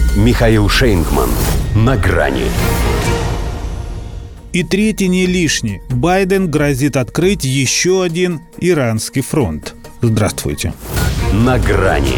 Михаил Шейнгман. На грани. И третий не лишний. Байден грозит открыть еще один иранский фронт. Здравствуйте. На грани.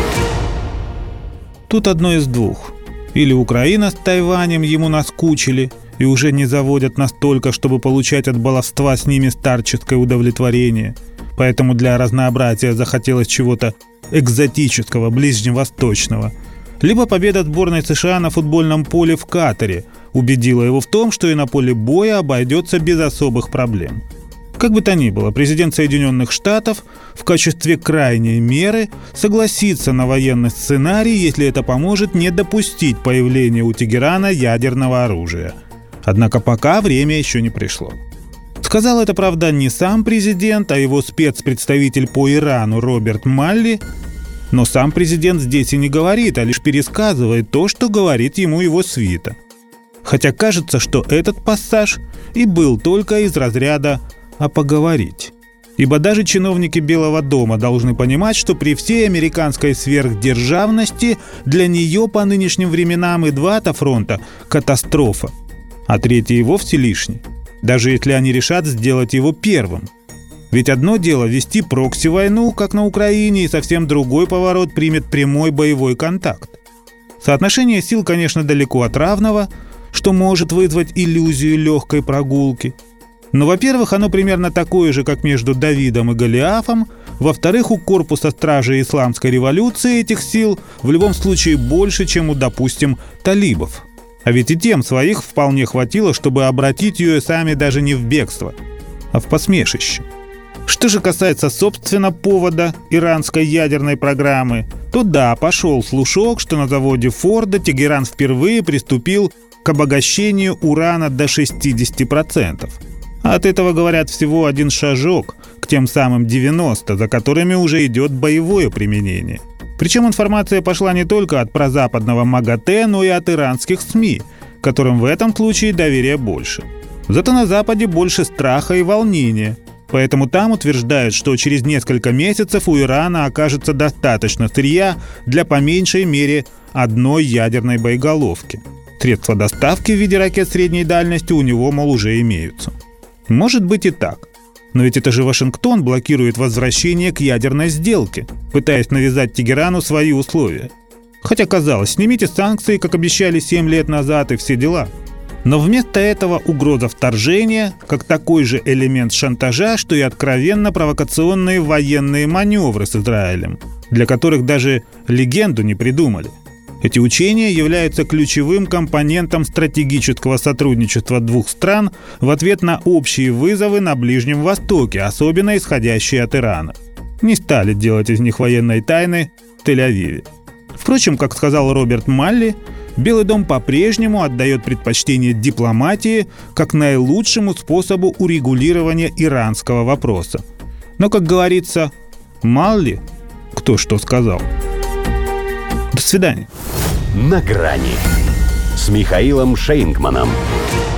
Тут одно из двух. Или Украина с Тайванем ему наскучили и уже не заводят настолько, чтобы получать от баловства с ними старческое удовлетворение. Поэтому для разнообразия захотелось чего-то экзотического, ближневосточного. Либо победа сборной США на футбольном поле в Катаре убедила его в том, что и на поле боя обойдется без особых проблем. Как бы то ни было, президент Соединенных Штатов в качестве крайней меры согласится на военный сценарий, если это поможет не допустить появления у Тегерана ядерного оружия. Однако пока время еще не пришло. Сказал это, правда, не сам президент, а его спецпредставитель по Ирану Роберт Малли. Но сам президент здесь и не говорит, а лишь пересказывает то, что говорит ему его свита. Хотя кажется, что этот пассаж и был только из разряда «а поговорить». Ибо даже чиновники Белого дома должны понимать, что при всей американской сверхдержавности для нее по нынешним временам и два-то фронта – катастрофа, а третий и вовсе лишний, даже если они решат сделать его первым. Ведь одно дело вести прокси-войну, как на Украине, и совсем другой поворот примет прямой боевой контакт. Соотношение сил, конечно, далеко от равного, что может вызвать иллюзию легкой прогулки. Но, во-первых, оно примерно такое же, как между Давидом и Голиафом. Во-вторых, у корпуса стражей исламской революции этих сил в любом случае больше, чем у, допустим, талибов. А ведь и тем своих вполне хватило, чтобы обратить ЮСАми даже не в бегство, а в посмешище. Что же касается, собственно, повода иранской ядерной программы, то да, пошел слушок, что на заводе Форда Тегеран впервые приступил к обогащению урана до 60%. А от этого, говорят, всего один шажок к тем самым 90, за которыми уже идет боевое применение. Причем информация пошла не только от прозападного МАГАТЭ, но и от иранских СМИ, которым в этом случае доверия больше. Зато на Западе больше страха и волнения. Поэтому там утверждают, что через несколько месяцев у Ирана окажется достаточно сырья для по меньшей мере одной ядерной боеголовки. Средства доставки в виде ракет средней дальности у него, мол, уже имеются. Может быть и так. Но ведь это же Вашингтон блокирует возвращение к ядерной сделке, пытаясь навязать Тегерану свои условия. Хотя, казалось, снимите санкции, как обещали 7 лет назад, и все дела. Но вместо этого угроза вторжения, как такой же элемент шантажа, что и откровенно провокационные военные маневры с Израилем, для которых даже легенду не придумали. Эти учения являются ключевым компонентом стратегического сотрудничества двух стран в ответ на общие вызовы на Ближнем Востоке, особенно исходящие от Ирана. Не стали делать из них военной тайны в Тель-Авиве. Впрочем, как сказал Роберт Малли, Белый дом по-прежнему отдает предпочтение дипломатии как наилучшему способу урегулирования иранского вопроса. Но, как говорится, Малли кто что сказал. До свидания. На грани с Михаилом Шейнгманом.